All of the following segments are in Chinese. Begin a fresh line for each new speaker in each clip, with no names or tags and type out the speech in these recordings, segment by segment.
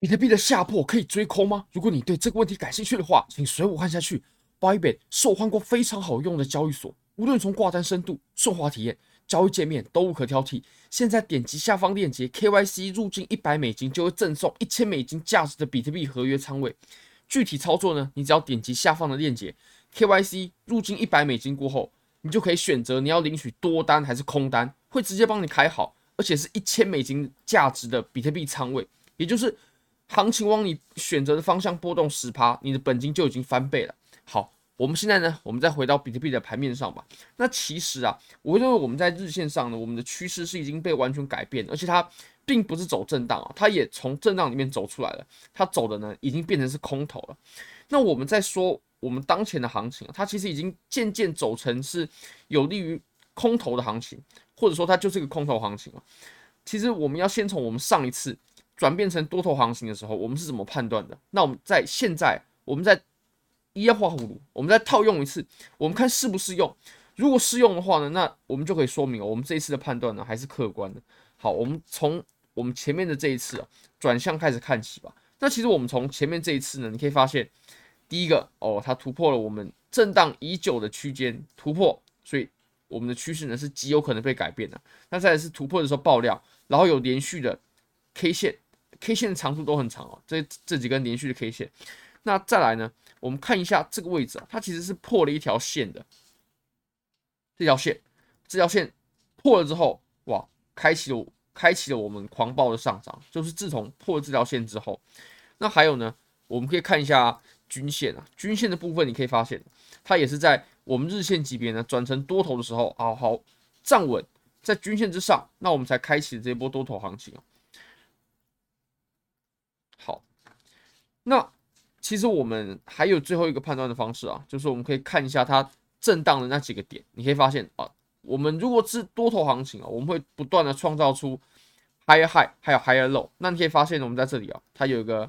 比特币的下破可以追空吗？如果你对这个问题感兴趣的话，请随我看下去。Bybit 是我换过非常好用的交易所，无论从挂单深度、顺滑体验、交易界面都无可挑剔。现在点击下方链接 KYC 入金$100就会赠送$1000价值的比特币合约仓位。具体操作呢，你只要点击下方的链接 KYC 入金$100过后，你就可以选择你要领取多单还是空单，会直接帮你开好，而且是$1000价值的比特币仓位，也就是行情往你选择的方向波动10%，你的本金就已经翻倍了。好，我们现在呢，我们再回到比特币的盘面上吧。那其实啊，我认为我们在日线上呢，我们的趋势是已经被完全改变，而且它并不是走震荡啊，它也从震荡里面走出来了。它走的呢，已经变成是空头了。那我们在说我们当前的行情啊，它其实已经渐渐走成是有利于空头的行情，或者说它就是个空头行情啊。其实我们要先从我们上一次转变成多头行情的时候，我们是怎么判断的？那我们在现在，我们在一样画葫芦，我们再套用一次，我们看适不适用。如果适用的话呢，那我们就可以说明我们这一次的判断呢还是客观的。好，我们从我们前面的这一次啊转向开始看起吧。那其实我们从前面这一次呢，你可以发现，第一个它突破了我们震荡已久的区间突破，所以我们的趋势呢是极有可能被改变的。那再来是突破的时候爆量，然后有连续的 K 线，K 线的长度都很长哦，这几根连续的 K 线。那再来呢，我们看一下这个位置啊，它其实是破了一条线的，这条线破了之后，哇，开启了我们狂暴的上涨，就是自从破了这条线之后。那还有呢，我们可以看一下均线啊，均线的部分你可以发现，它也是在我们日线级别呢转成多头的时候，好站稳在均线之上，那我们才开启了这一波多头行情啊。好，那其实我们还有最后一个判断的方式啊，就是我们可以看一下它震荡的那几个点，你可以发现啊，我们如果是多头行情啊，我们会不断的创造出 higher high 还有 higher low。那你可以发现我们在这里啊，它有一个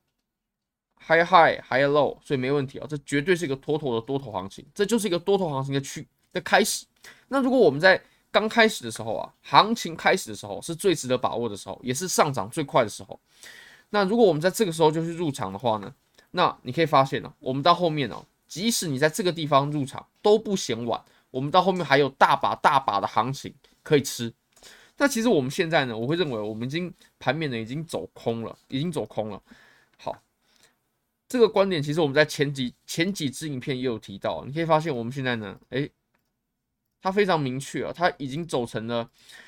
higher high higher low，所以没问题啊，这绝对是一个妥妥的多头行情，这就是一个多头行情的开始。那如果我们在刚开始的时候啊，行情开始的时候是最值得把握的时候，也是上涨最快的时候。那如果我们在这个时候就去入场的话呢，那你可以发现我们到后面即使你在这个地方入场都不嫌晚，我们到后面还有大把大把的行情可以吃。那其实我们现在呢，我会认为我们盘面呢已经走空了，好，这个观点其实我们在前几支影片也有提到，你可以发现我们现在呢，它非常明确啊，它已经走成了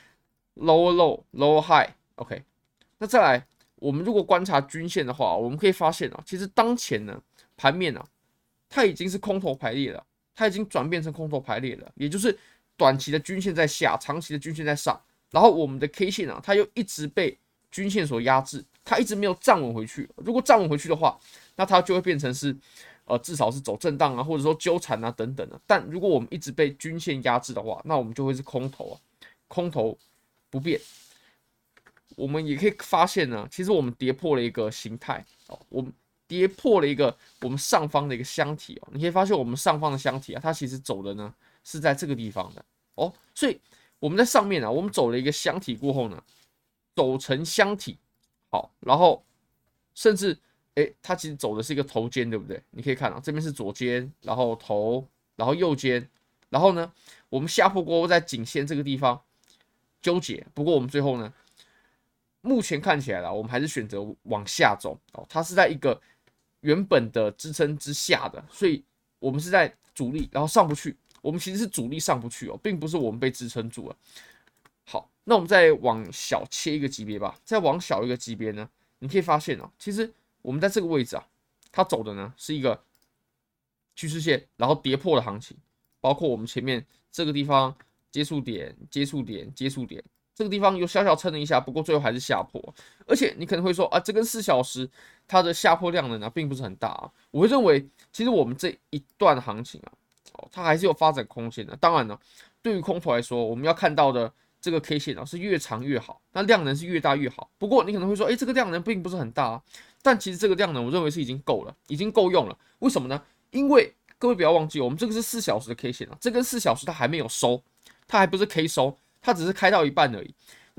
lower low lower high。OK， 那再来。我们如果观察均线的话，我们可以发现其实当前呢盘面它已经是空头排列了，它已经转变成空头排列了，也就是短期的均线在下，长期的均线在上，然后我们的 K 线它又一直被均线所压制，它一直没有站稳回去。如果站稳回去的话，那它就会变成是至少是走震荡啊，或者说纠缠啊等等的。但如果我们一直被均线压制的话，那我们就会是空头空头不变。我们也可以发现呢，其实我们跌破了一个形态我们跌破了一个我们上方的一个箱体你可以发现我们上方的箱体它其实走的呢是在这个地方的所以我们在上面我们走了一个箱体过后呢，走成箱体，好，然后甚至它其实走的是一个头肩，对不对？你可以看这边是左肩，然后头，然后右肩，然后呢，我们下破过后在颈线这个地方纠结，不过我们最后呢。目前看起来我们还是选择往下走它是在一个原本的支撑之下的，所以我们是在阻力，然后上不去。我们其实是阻力上不去并不是我们被支撑住了。好，那我们再往小切一个级别吧，再往小一个级别呢，你可以发现其实我们在这个位置它走的呢是一个趋势线，然后跌破的行情，包括我们前面这个地方接触点。这个地方有小小撑了一下，不过最后还是下破。而且你可能会说这根4小时它的下破量能并不是很大我会认为，其实我们这一段行情它还是有发展空间的。当然呢，对于空头来说，我们要看到的这个 K 线是越长越好，那量能是越大越好。不过你可能会说，这个量能并不是很大但其实这个量能我认为是已经够了，已经够用了。为什么呢？因为各位不要忘记，我们这个是4小时的 K 线这根4小时它还没有收，它还不是 K 收。它只是开到一半而已。那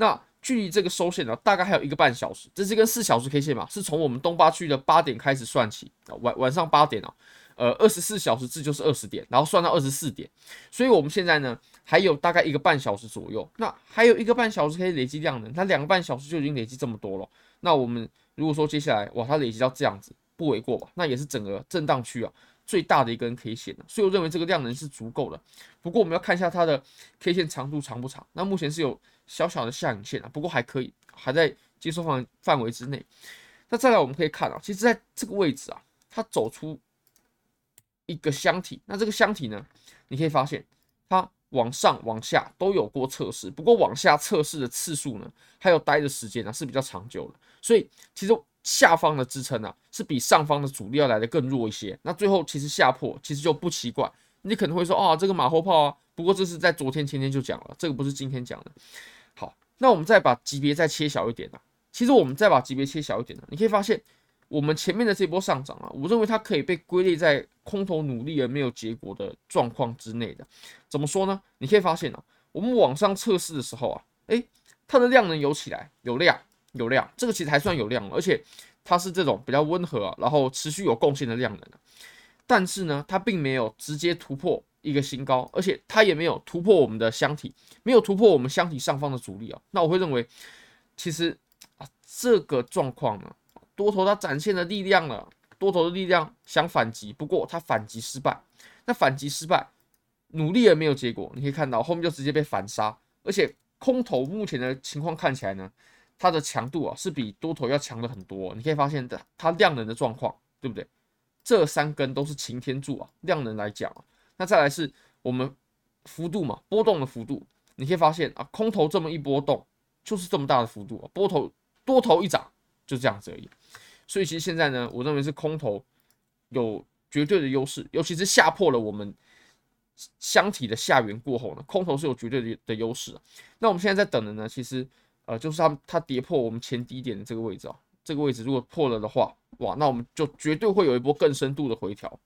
距离这个收线呢，大概还有1个半小时。这是跟4小时 K 线嘛，是从我们东八区的8点开始算起，晚上8点24小时制就是20点，然后算到24点，所以我们现在呢还有大概1个半小时左右，那还有1个半小时可以累积量能，它2个半小时就已经累积这么多了。那我们如果说接下来哇，它累积到这样子，不为过吧？那也是整个震荡区啊最大的一根 K 线，所以我认为这个量能是足够的。不过我们要看一下它的 K 线长度长不长，那目前是有小小的下影线啊，不过还可以，还在接受范围之内。那再来我们可以看啊，其实在这个位置啊，它走出一个箱体，那这个箱体呢，你可以发现它往上往下都有过测试，不过往下测试的次数呢，还有待的时间呢是比较长久的，所以其实下方的支撑啊是比上方的阻力要来的更弱一些。那最后其实下破其实就不奇怪，你可能会说啊，这个马后炮啊，不过这是在昨天前天就讲了，这个不是今天讲的。好，那我们再把级别再切小一点啊，其实我们再把级别切小一点呢，你可以发现。我们前面的这波上涨啊，我认为它可以被归类在空头努力而没有结果的状况之内的。怎么说呢？你可以发现啊，我们往上测试的时候啊，它的量能有起来，有量，这个其实还算有量，而且它是这种比较温和啊，然后持续有贡献的量能啊。但是呢，它并没有直接突破一个新高，而且它也没有突破我们的箱体，没有突破我们箱体上方的阻力啊。那我会认为，其实啊，这个状况呢。多头它展现了力量了，多头的力量想反击，不过它反击失败。那反击失败，努力了没有结果，你可以看到后面就直接被反杀。而且空头目前的情况看起来呢，它的强度啊是比多头要强的很多。你可以发现它量能的状况，对不对？这3根都是擎天柱啊，量能来讲啊。那再来是我们幅度嘛，波动的幅度，你可以发现啊，空头这么一波动，就是这么大的幅度啊，多头一涨就这样子而已。所以其实现在呢，我认为是空头有绝对的优势，尤其是下破了我们箱体的下缘过后呢，空头是有绝对的优势。那我们现在在等的呢，其实就是它跌破我们前低点的这个位置啊，这个位置如果破了的话，哇，那我们就绝对会有一波更深度的回调。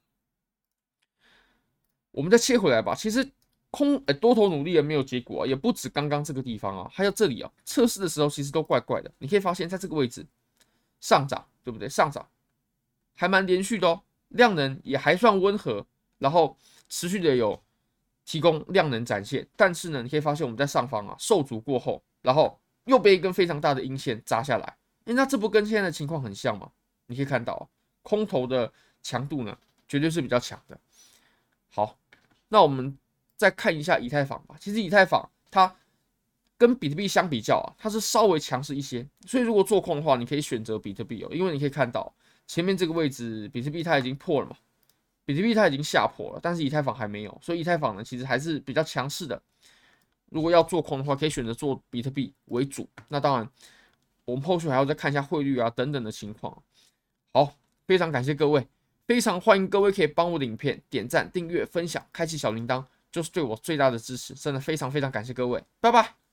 我们再切回来吧，其实多头努力也没有结果啊，也不止刚刚这个地方啊，还有这里啊，测试的时候其实都怪怪的。你可以发现在这个位置。上涨对不对？上涨还蛮连续的哦，量能也还算温和，然后持续的有提供量能展现。但是呢，你可以发现我们在上方啊受阻过后，然后又被一根非常大的阴线砸下来。那这不跟现在的情况很像吗？你可以看到空头的强度呢，绝对是比较强的。好，那我们再看一下以太坊吧。其实以太坊它跟比特币相比较啊，它是稍微强势一些，所以如果做空的话，你可以选择比特币哦，因为你可以看到前面这个位置，比特币它已经破了嘛，比特币它已经下破了，但是以太坊还没有，所以以太坊呢其实还是比较强势的。如果要做空的话，可以选择做比特币为主。那当然，我们后续还要再看一下汇率啊等等的情况。好，非常感谢各位，非常欢迎各位可以帮我的影片点赞、订阅、分享、开启小铃铛，就是对我最大的支持。真的非常非常感谢各位，拜拜。